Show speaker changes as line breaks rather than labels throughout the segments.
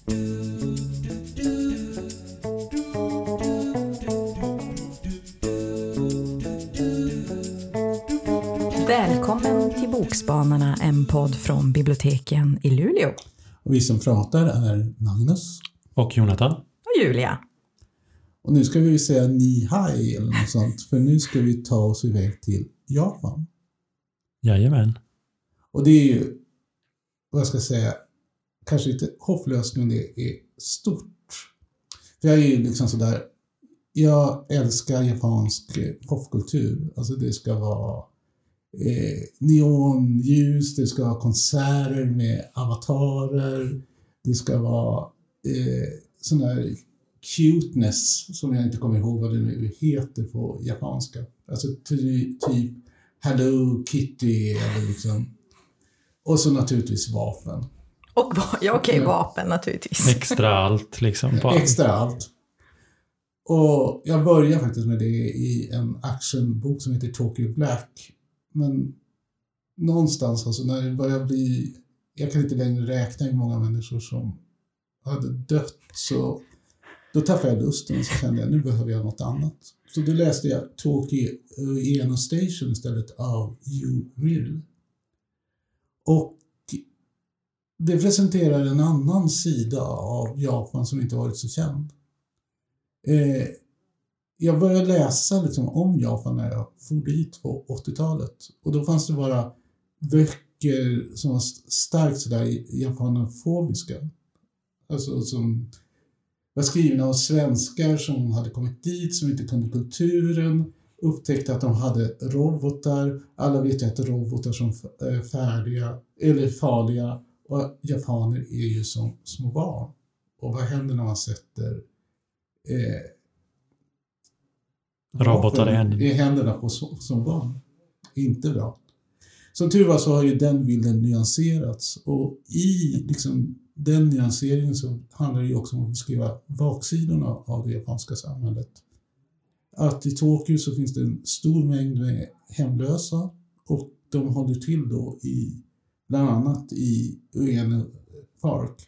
Välkommen till Bokspanarna, en podd från biblioteken i Luleå.
Och vi som pratar är Magnus.
Och Jonathan.
Och Julia.
Och nu ska vi säga ni hej eller något sånt. För nu ska vi ta oss iväg till Japan.
Jajamän.
Och det är ju, vad ska jag säga, kanske inte hopplöst, men det är stort. För jag är ju liksom sådär, jag älskar japansk popkultur. Alltså det ska vara neonljus, det ska vara konserter med avatarer, det ska vara sån här cuteness som jag inte kommer ihåg vad det nu heter på japanska. Alltså typ Hello Kitty eller liksom. Och så naturligtvis vapen.
Och vapen naturligtvis.
Extra allt liksom.
Extra allt. Och jag börjar faktiskt med det i en actionbok som heter Tokyo Black. Men någonstans alltså när det börjar bli, jag kan inte längre räkna hur många människor som hade dött, så då tappade jag lusten och så kände jag, nu behöver jag något annat. Så då läste jag Tokyo Ueno Station istället av Yu Rill. Och det presenterar en annan sida av Japan som inte varit så känd. Jag började läsa liksom om Japan när jag for dit på 80-talet. Och då fanns det bara böcker som var starkt sådär japanofobiska. Alltså som var skrivna av svenskar som hade kommit dit, som inte kunde kulturen. Upptäckte att de hade robotar. Alla vet ju att robotar som är färdiga eller farliga. Och japaner är ju som små barn. Och vad händer när man sätter
robotar
i händerna på som barn? Inte bra. Som tur var så har ju den bilden nyanserats. Och i liksom den nyanseringen så handlar det ju också om att beskriva baksidorna av det japanska samhället. Att i Tokyo så finns det en stor mängd med hemlösa. Och de håller till då i bland annat i Ueno Park.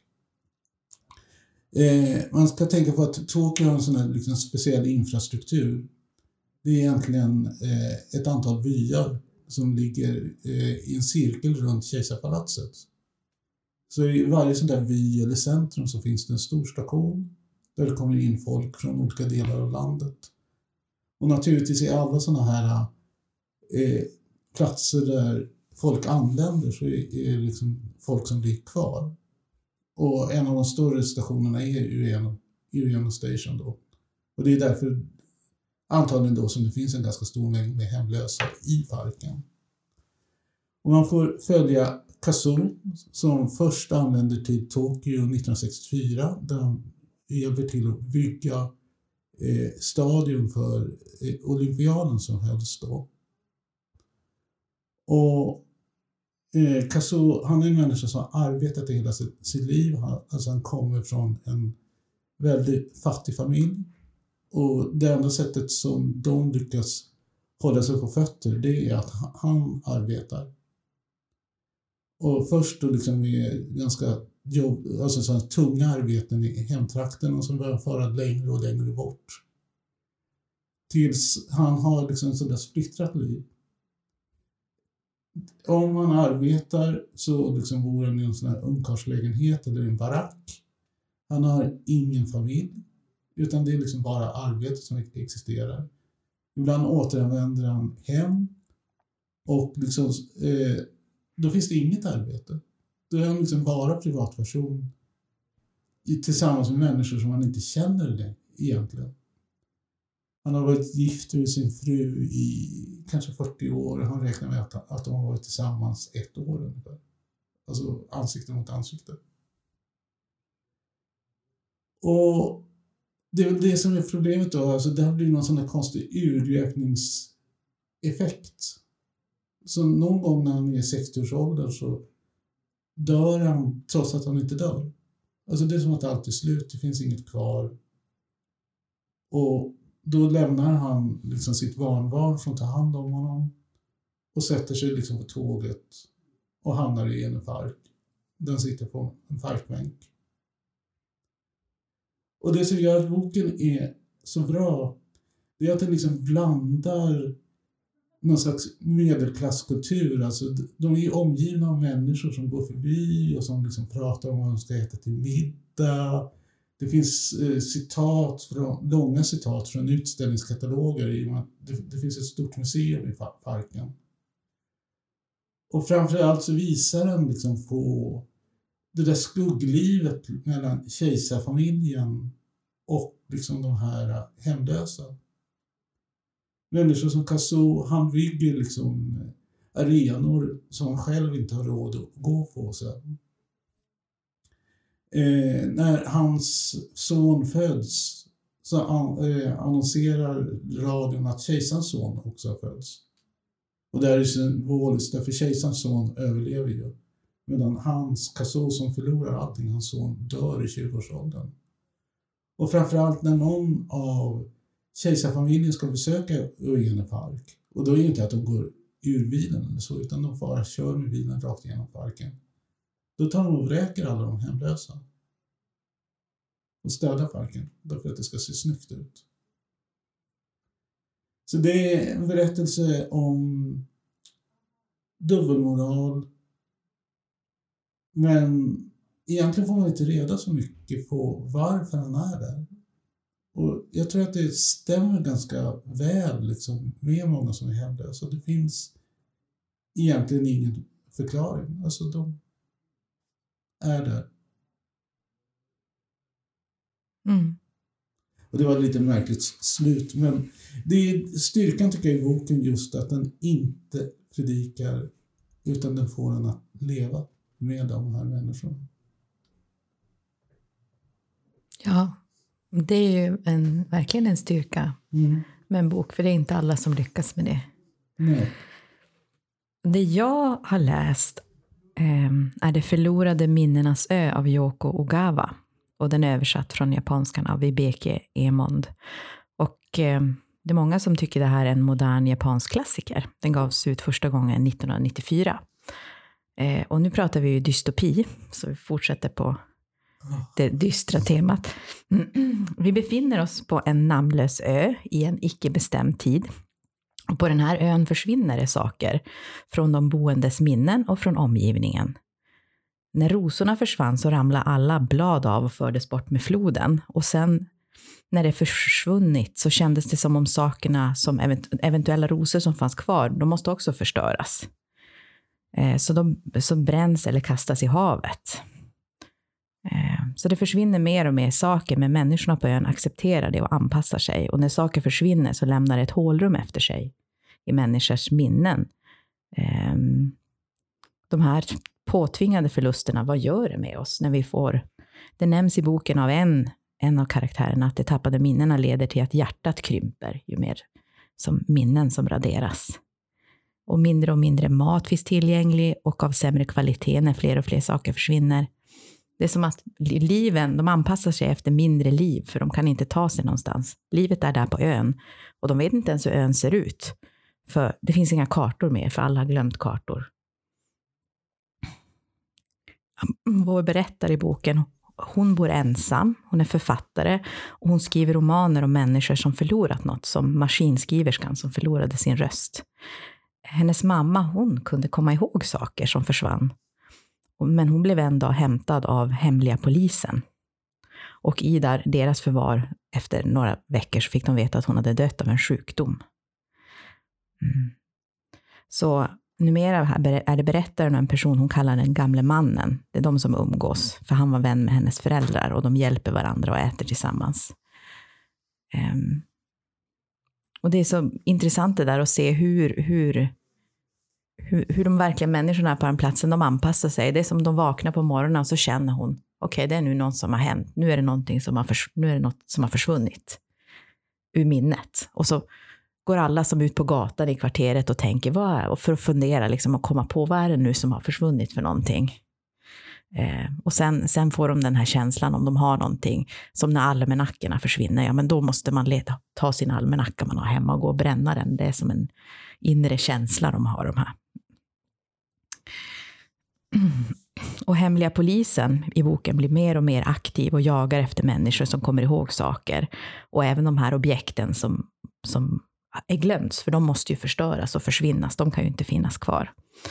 Man ska tänka på att Tokyo har en sån här liksom speciell infrastruktur. Det är egentligen ett antal byar som ligger i en cirkel runt Kejsarpalatset. Så i varje sån där by eller centrum så finns det en stor station där det kommer in folk från olika delar av landet. Och naturligtvis är alla såna här platser där folk anländer så är det liksom folk som blir kvar. Och en av de större stationerna är Ueno Station då. Och det är därför antagligen då som det finns en ganska stor mängd med hemlösa i parken. Och man får följa Kazuo som först anländer till Tokyo 1964 där han hjälper till att bygga stadion för olympiaden som hölls då. Och Kazuo, han är en människa som har arbetat hela sitt liv. Alltså han kommer från en väldigt fattig familj. Och det enda sättet som de lyckas hålla sig på fötter, det är att han arbetar. Och först då liksom med ganska alltså sådana tunga arbeten i hemtrakten och som börjar föra längre och längre bort. Tills han har liksom ett sådär splittrat liv. Om man arbetar så liksom bor han i en sån här ungkarlslägenhet eller en barack. Han har ingen familj. Utan det är liksom bara arbete som existerar. Ibland återanvänder han hem. Och liksom, då finns det inget arbete. Då är han liksom bara privatperson. Tillsammans med människor som han inte känner det egentligen. Han har varit gift med sin fru i kanske 40 år. Han räknar med att de har varit tillsammans 1 år ungefär. Alltså ansikte mot ansikte. Och det är väl det som är problemet då. Alltså det här blir någon sån här konstig urgröpningseffekt. Så någon gång när han är 60-årsåldern så dör han trots att han inte dör. Alltså det är som att allt är slut. Det finns inget kvar. Och då lämnar han liksom sitt barnbarn som tar hand om honom. Och sätter sig liksom på tåget. Och hamnar i en park. Den sitter på en parkbänk. Och det som gör att boken är så bra, det är att den liksom blandar någon slags medelklasskultur. Alltså, de är omgivna av människor som går förbi och som liksom pratar om vad de ska äta till middag. Det finns långa citat från utställningskataloger. Det finns ett stort museum i parken. Och framförallt så visar den liksom på det där skugglivet mellan kejsarfamiljen och liksom de här hemlösa. Människor som Kazuo, han bygger liksom arenor som han själv inte har råd att gå på sen. När hans son föds så annonserar radion att kejsarens son också har föds. Och det är symboliskt, därför kejsarens son överlever ju. Medan Kazuo som förlorar allting, hans son dör i 20-årsåldern. Och framförallt när någon av kejsarfamiljen ska besöka Ueno Park. Och då är det inte att de går ur bilen eller så, utan de bara kör med bilen rakt igenom parken. Då tar de och vräker alla de hemlösa. Och städar parken, därför att det ska se snyggt ut. Så det är en berättelse om dubbelmoral. Men egentligen får man inte reda så mycket på varför han är där. Och jag tror att det stämmer ganska väl liksom, med många som är hemlösa. Det finns egentligen ingen förklaring. Alltså de är där.
Mm.
Och det var ett lite märkligt slut. Men det är styrkan tycker jag i boken just att den inte predikar utan den får en att leva med de här människorna.
Ja, det är ju verkligen en styrka med en bok. För det är inte alla som lyckas med det.
Nej.
Det jag har läst är Det förlorade minnenas ö av Yoko Ogawa. Och den är översatt från japanskan av Vibeke Emond. Och det är många som tycker det här är en modern japansk klassiker. Den gavs ut första gången 1994. Och nu pratar vi ju dystopi. Så vi fortsätter på det dystra temat. Vi befinner oss på en namnlös ö i en icke-bestämd tid. Och på den här ön försvinner det saker från de boendes minnen och från omgivningen. När rosorna försvann så ramlade alla blad av och fördes bort med floden. Och sen när det försvunnit så kändes det som om sakerna som eventuella rosor som fanns kvar, de måste också förstöras. Så bränns eller kastas i havet. Så det försvinner mer och mer saker, men människorna på ön accepterar det och anpassar sig. Och när saker försvinner så lämnar det ett hålrum efter sig i människors minnen. De här påtvingade förlusterna, vad gör det med oss när vi får... Det nämns i boken av en av karaktärerna att de tappade minnena leder till att hjärtat krymper ju mer som minnen som raderas. Och mindre mat finns tillgänglig och av sämre kvalitet när fler och fler saker försvinner. Det är som att liven, de anpassar sig efter mindre liv för de kan inte ta sig någonstans. Livet är där på ön och de vet inte ens hur ön ser ut. För det finns inga kartor mer, för alla har glömt kartor. Vår berättare i boken, hon bor ensam, hon är författare och hon skriver romaner om människor som förlorat något, som maskinskriverskan som förlorade sin röst. Hennes mamma, hon kunde komma ihåg saker som försvann. Men hon blev en dag hämtad av hemliga polisen. Och i deras förvar efter några veckor så fick de veta att hon hade dött av en sjukdom. Så numera är det berättaren och en person hon kallar den gamle mannen. Det är de som umgås. För han var vän med hennes föräldrar och de hjälper varandra och äter tillsammans. Och det är så intressant det där att se hur de verkliga människorna på den platsen, de anpassar sig. Det är som de vaknar på morgonen och så känner hon, okej, det är nu något som har hänt. Nu är det någonting nu är det något som har försvunnit ur minnet. Och så går alla som ut på gatan i kvarteret och tänker, och för att fundera liksom, och komma på vad är det nu som har försvunnit för någonting. Och sen får de den här känslan om de har någonting, som när almanackorna försvinner, ja men då måste man ta sin almanacka man har hemma och gå och bränna den. Det är som en inre känsla de har, de här. Och hemliga polisen i boken blir mer och mer aktiv och jagar efter människor som kommer ihåg saker. Och även de här objekten som är glömts, för de måste ju förstöras och försvinnas. De kan ju inte finnas kvar.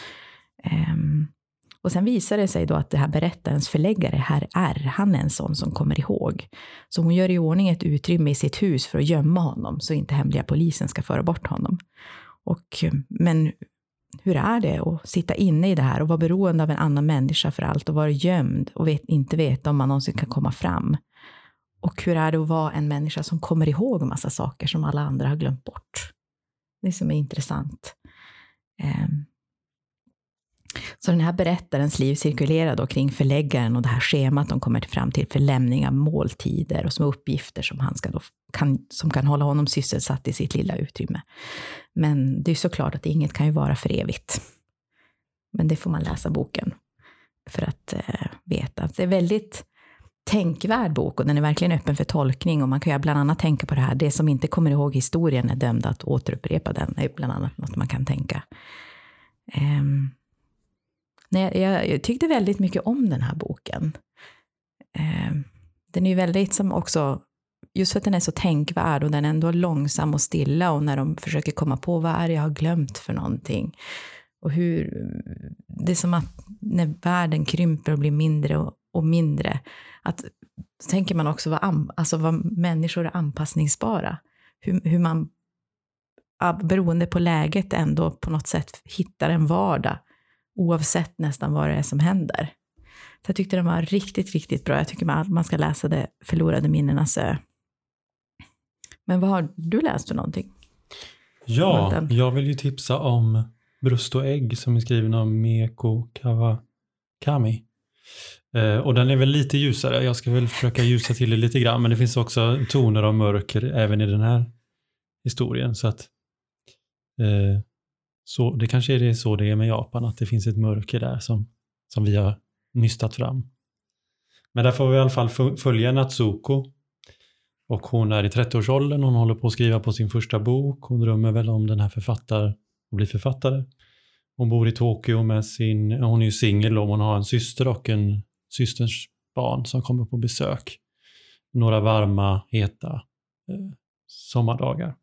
Och sen visar det sig då att det här berättarens förläggare, herr R, han är en sån som kommer ihåg. Så hon gör i ordning ett utrymme i sitt hus för att gömma honom, så inte hemliga polisen ska föra bort honom. Men hur är det att sitta inne i det här och vara beroende av en annan människa för allt och vara gömd och inte veta om man någonsin kan komma fram? Och hur är det att vara en människa som kommer ihåg en massa saker som alla andra har glömt bort? Det som är intressant. Så den här berättarens liv cirkulerar då kring förläggaren och det här schemat de kommer fram till för lämning av måltider och små uppgifter som han ska då som kan hålla honom sysselsatt i sitt lilla utrymme. Men det är såklart att inget kan ju vara för evigt. Men det får man läsa boken för att veta. Det är väldigt tänkvärd bok och den är verkligen öppen för tolkning och man kan ju bland annat tänka på det här. Det som inte kommer ihåg historien är dömd att återupprepa den. Det är bland annat något man kan tänka. Jag tyckte väldigt mycket om den här boken. Den är ju väldigt som också, just för att den är så tänkvärd och den är ändå långsam och stilla och när de försöker komma på vad är det jag har glömt för någonting. Och hur, det är som att när världen krymper och blir mindre och mindre, att så tänker man också vad människor är anpassningsbara. Hur man beroende på läget ändå på något sätt hittar en vardag oavsett nästan vad det är som händer. Så jag tyckte den var riktigt, riktigt bra. Jag tycker man ska läsa det Förlorade minnenas ö. Men vad har du läst för någonting?
Ja, jag vill ju tipsa om Bröst och ägg som är skriven av Mieko Kawakami. Och den är väl lite ljusare. Jag ska väl försöka ljusa till det lite grann. Men det finns också toner av mörker även i den här historien. Så att så det kanske är det så det är med Japan, att det finns ett mörker där som vi har nystat fram. Men där får vi i alla fall följa Natsuko. Och hon är i 30-årsåldern, hon håller på att skriva på sin första bok. Hon drömmer väl om den här att bli författare. Hon bor i Tokyo med hon är ju singel och hon har en syster och en systerns barn som kommer på besök. Några varma, heta sommardagar.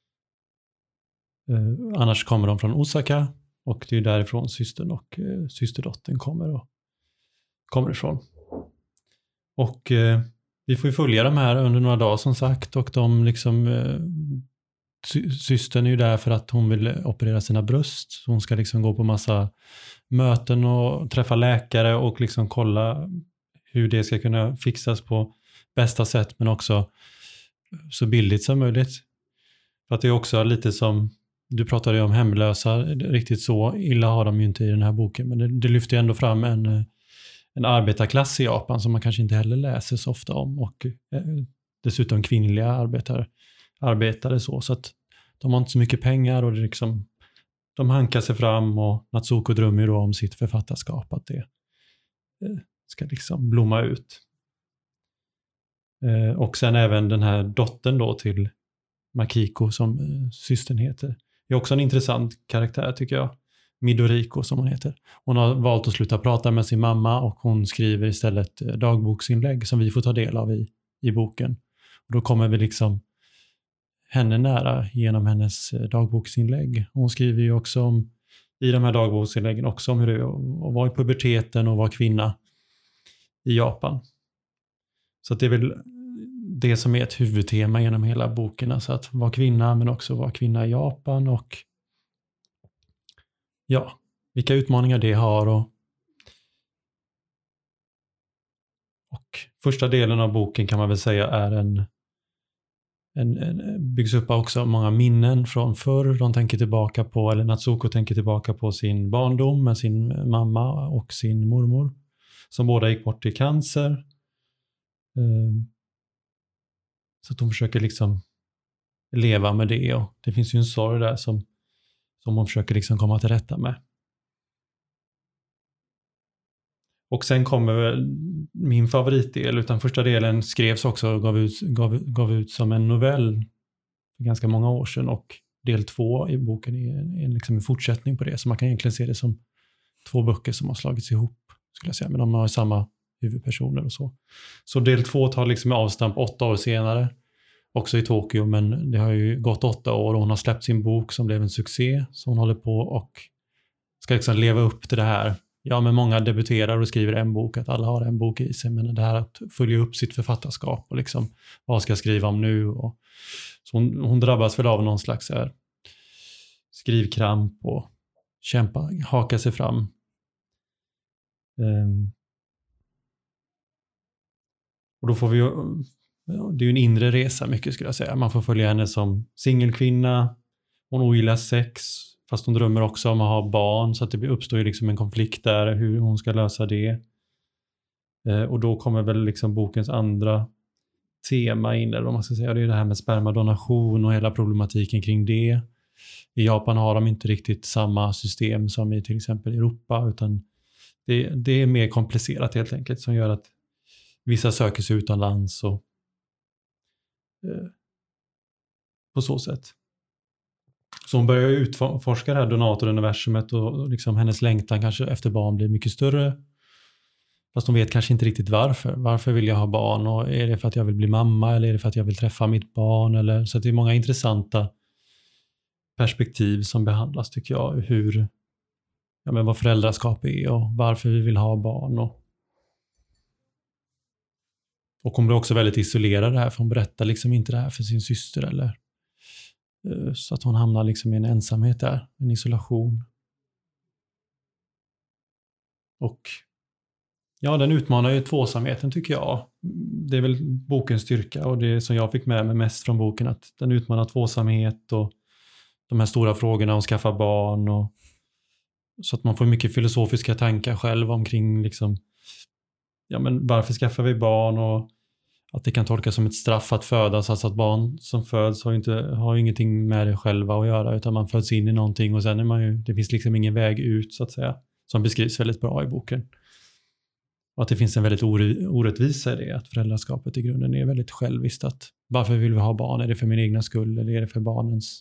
Annars kommer de från Osaka och det är därifrån systern och systerdottern kommer ifrån. Och vi får ju följa de här under några dagar som sagt och de liksom systern är ju där för att hon vill operera sina bröst. Så hon ska liksom gå på massa möten och träffa läkare och liksom kolla hur det ska kunna fixas på bästa sätt men också så billigt som möjligt. För att det är också lite som du pratade om hemlösa, riktigt så illa har de ju inte i den här boken, men det lyfter ändå fram en arbetarklass i Japan som man kanske inte heller läser så ofta om och dessutom kvinnliga arbetare så att de har inte så mycket pengar och det liksom, de hankar sig fram och Natsuko drömmer ju då om sitt författarskap att det ska liksom blomma ut. Och sen även den här dottern då till Makiko som systern heter. Det är också en intressant karaktär tycker jag. Midoriko som hon heter. Hon har valt att sluta prata med sin mamma och hon skriver istället dagboksinlägg som vi får ta del av i boken. Och då kommer vi liksom henne nära genom hennes dagboksinlägg. Hon skriver ju också om, i de här dagboksinläggen också om hur det är att vara i puberteten och vara kvinna i Japan. Så att det är väl det som är ett huvudtema genom hela boken. Alltså att vara kvinna men också vara kvinna i Japan och ja, vilka utmaningar det har. Och första delen av boken kan man väl säga är byggs upp också många minnen från förr. De tänker tillbaka på, eller Natsuko tänker tillbaka på sin barndom med sin mamma och sin mormor. Som båda gick bort i cancer. Så att hon försöker liksom leva med det. Och det finns ju en sorg där som hon försöker liksom komma till rätta med. Och sen kommer min favoritdel, utan första delen skrevs också och gav ut som en novell för ganska många år sedan. Och del 2 i boken är liksom en fortsättning på det. Så man kan egentligen se det som 2 böcker som har slagits ihop, skulle jag säga. Men de har samma huvudpersoner och så. Så del 2 tar liksom avstamp 8 år senare. Också i Tokyo, men det har ju gått 8 år och hon har släppt sin bok som blev en succé. Så hon håller på och ska liksom leva upp till det här. Ja, men många debuterar och skriver en bok, att alla har en bok i sig. Men det här att följa upp sitt författarskap och liksom, vad ska jag skriva om nu? Och så hon drabbas väl av någon slags här skrivkramp och haka sig fram. Och då får vi ju, det är ju en inre resa mycket, skulle jag säga. Man får följa henne som singelkvinna. Hon ogillar sex, fast hon drömmer också om att ha barn. Så att det uppstår ju liksom en konflikt där, hur hon ska lösa det. Och då kommer väl liksom bokens andra tema in, eller vad man ska säga. Det är det här med spermadonation och hela problematiken kring det. I Japan har de inte riktigt samma system som i till exempel Europa, utan det är mer komplicerat helt enkelt, som gör att vissa söker sig utomlands och på så sätt. Så hon börjar utforska det här donatoruniversumet och liksom hennes längtan kanske efter barn blir mycket större. Fast hon vet kanske inte riktigt varför. Varför vill jag ha barn? Och är det för att jag vill bli mamma eller är det för att jag vill träffa mitt barn? Eller, så det är många intressanta perspektiv som behandlas, tycker jag. Hur, vad föräldraskap är och varför vi vill ha barn. Och hon blir också väldigt isolerad här, för hon berättar liksom inte det här för sin syster. Eller, så att hon hamnar liksom i en ensamhet där, en isolation. Och ja, den utmanar ju tvåsamheten, tycker jag. Det är väl bokens styrka och det som jag fick med mig mest från boken, att den utmanar tvåsamhet och de här stora frågorna om att skaffa barn. Och, så att man får mycket filosofiska tankar själv omkring liksom, varför skaffar vi barn, och att det kan tolkas som ett straff att födas. Alltså att barn som föds har ingenting med det själva att göra, utan man föds in i någonting och sen är det finns liksom ingen väg ut, så att säga, som beskrivs väldigt bra i boken. Och att det finns en väldigt orättvisa i det, att föräldraskapet i grunden är väldigt själviskt. Att varför vill vi ha barn? Är det för min egna skull eller är det för barnens?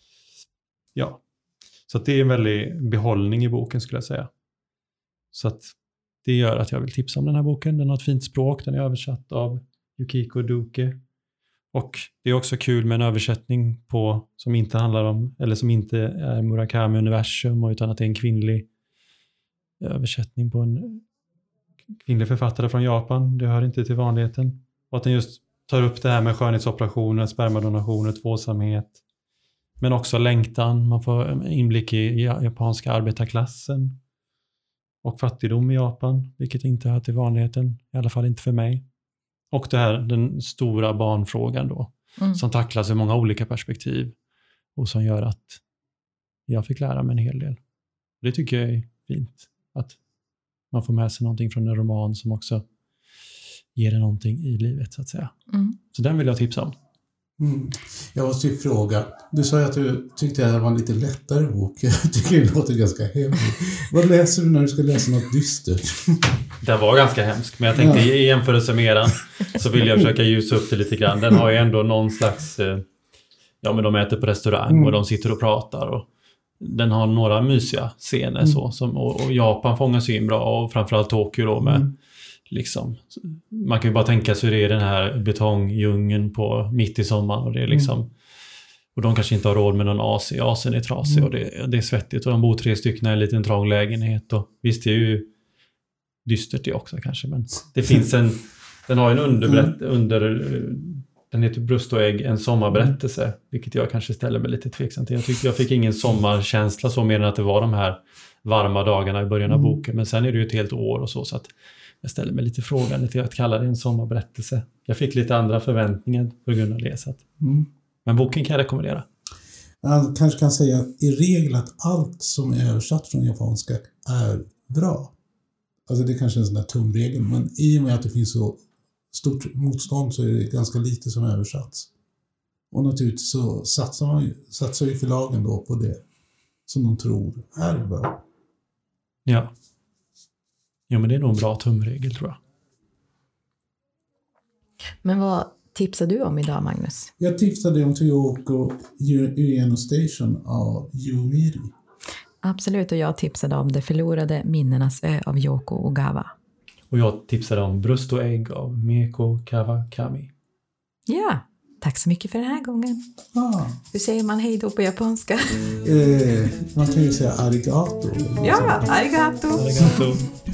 Ja, så att det är en väldig behållning i boken, skulle jag säga. Så att det gör att jag vill tipsa om den här boken. Den har ett fint språk, den är översatt av Yukiko Duke. Och det är också kul med en översättning som inte handlar om, eller som inte är Murakami-universum, utan att det är en kvinnlig översättning på en kvinnlig författare från Japan. Det hör inte till vanligheten. Och att den just tar upp det här med skönhetsoperationer, spermadonationer, tvåsamhet. Men också längtan. Man får inblick i japanska arbetarklassen. Och fattigdom i Japan, vilket inte hör till vanligheten. I alla fall inte för mig. Och det här, den stora barnfrågan då. Som tacklas i många olika perspektiv. Och som gör att jag fick lära mig en hel del. Det tycker jag är fint. Att man får med sig någonting från en roman som också ger det någonting i livet, så att säga. Så den vill jag tipsa om.
Jag måste ju fråga. Du sa att du tyckte att det var en lite lättare bok. Jag tycker det låter ganska hemskt. Vad läser du när du ska läsa något dystert?
Den var ganska hemsk, men jag tänkte i jämförelse med den så vill jag försöka ljusa upp det lite grann. Den har ju ändå någon slags, men de äter på restaurang och de sitter och pratar, och den har några mysiga scener och Japan fångas in bra, och framförallt Tokyo då med liksom, man kan ju bara tänka sig det är den här betongdjungeln mitt i sommaren, och det är liksom och de kanske inte har råd med någon AC. ACen är trasig och det är svettigt, och de bor 3 stycken i en liten trång lägenhet, och visst det är ju dystert det också kanske, men det finns den har en den heter Bröst och ägg, en sommarberättelse, vilket jag kanske ställer mig lite tveksam till. Jag tyckte jag fick ingen sommarkänsla så, mer än att det var de här varma dagarna i början av boken, men sen är det ju ett helt år och så att jag ställer mig lite frågan till att kalla det en sommarberättelse. Jag fick lite andra förväntningar på grund av det. Men boken kan jag rekommendera.
Man kanske kan säga i regel att allt som är översatt från japanska är bra. Alltså det är kanske en sån där tumregel, men i och med att det finns så stort motstånd så är det ganska lite som översatts. Och naturligtvis så satsar ju förlagen då på det som de tror är bra.
Ja, men det är nog en bra tumregel, tror jag.
Men vad tipsar du om idag, Magnus?
Jag tipsade om Toyoko Ueno Station av Yumiri.
Absolut, och jag tipsade om De förlorade minnenas ö av Yoko Ogawa.
Och jag tipsade om Bröst och ägg av Mieko Kawakami.
Ja, tack så mycket för den här gången. Hur säger man hej då på japanska?
Man kan ju säga arigato.
Ja, arigato.
Arigato.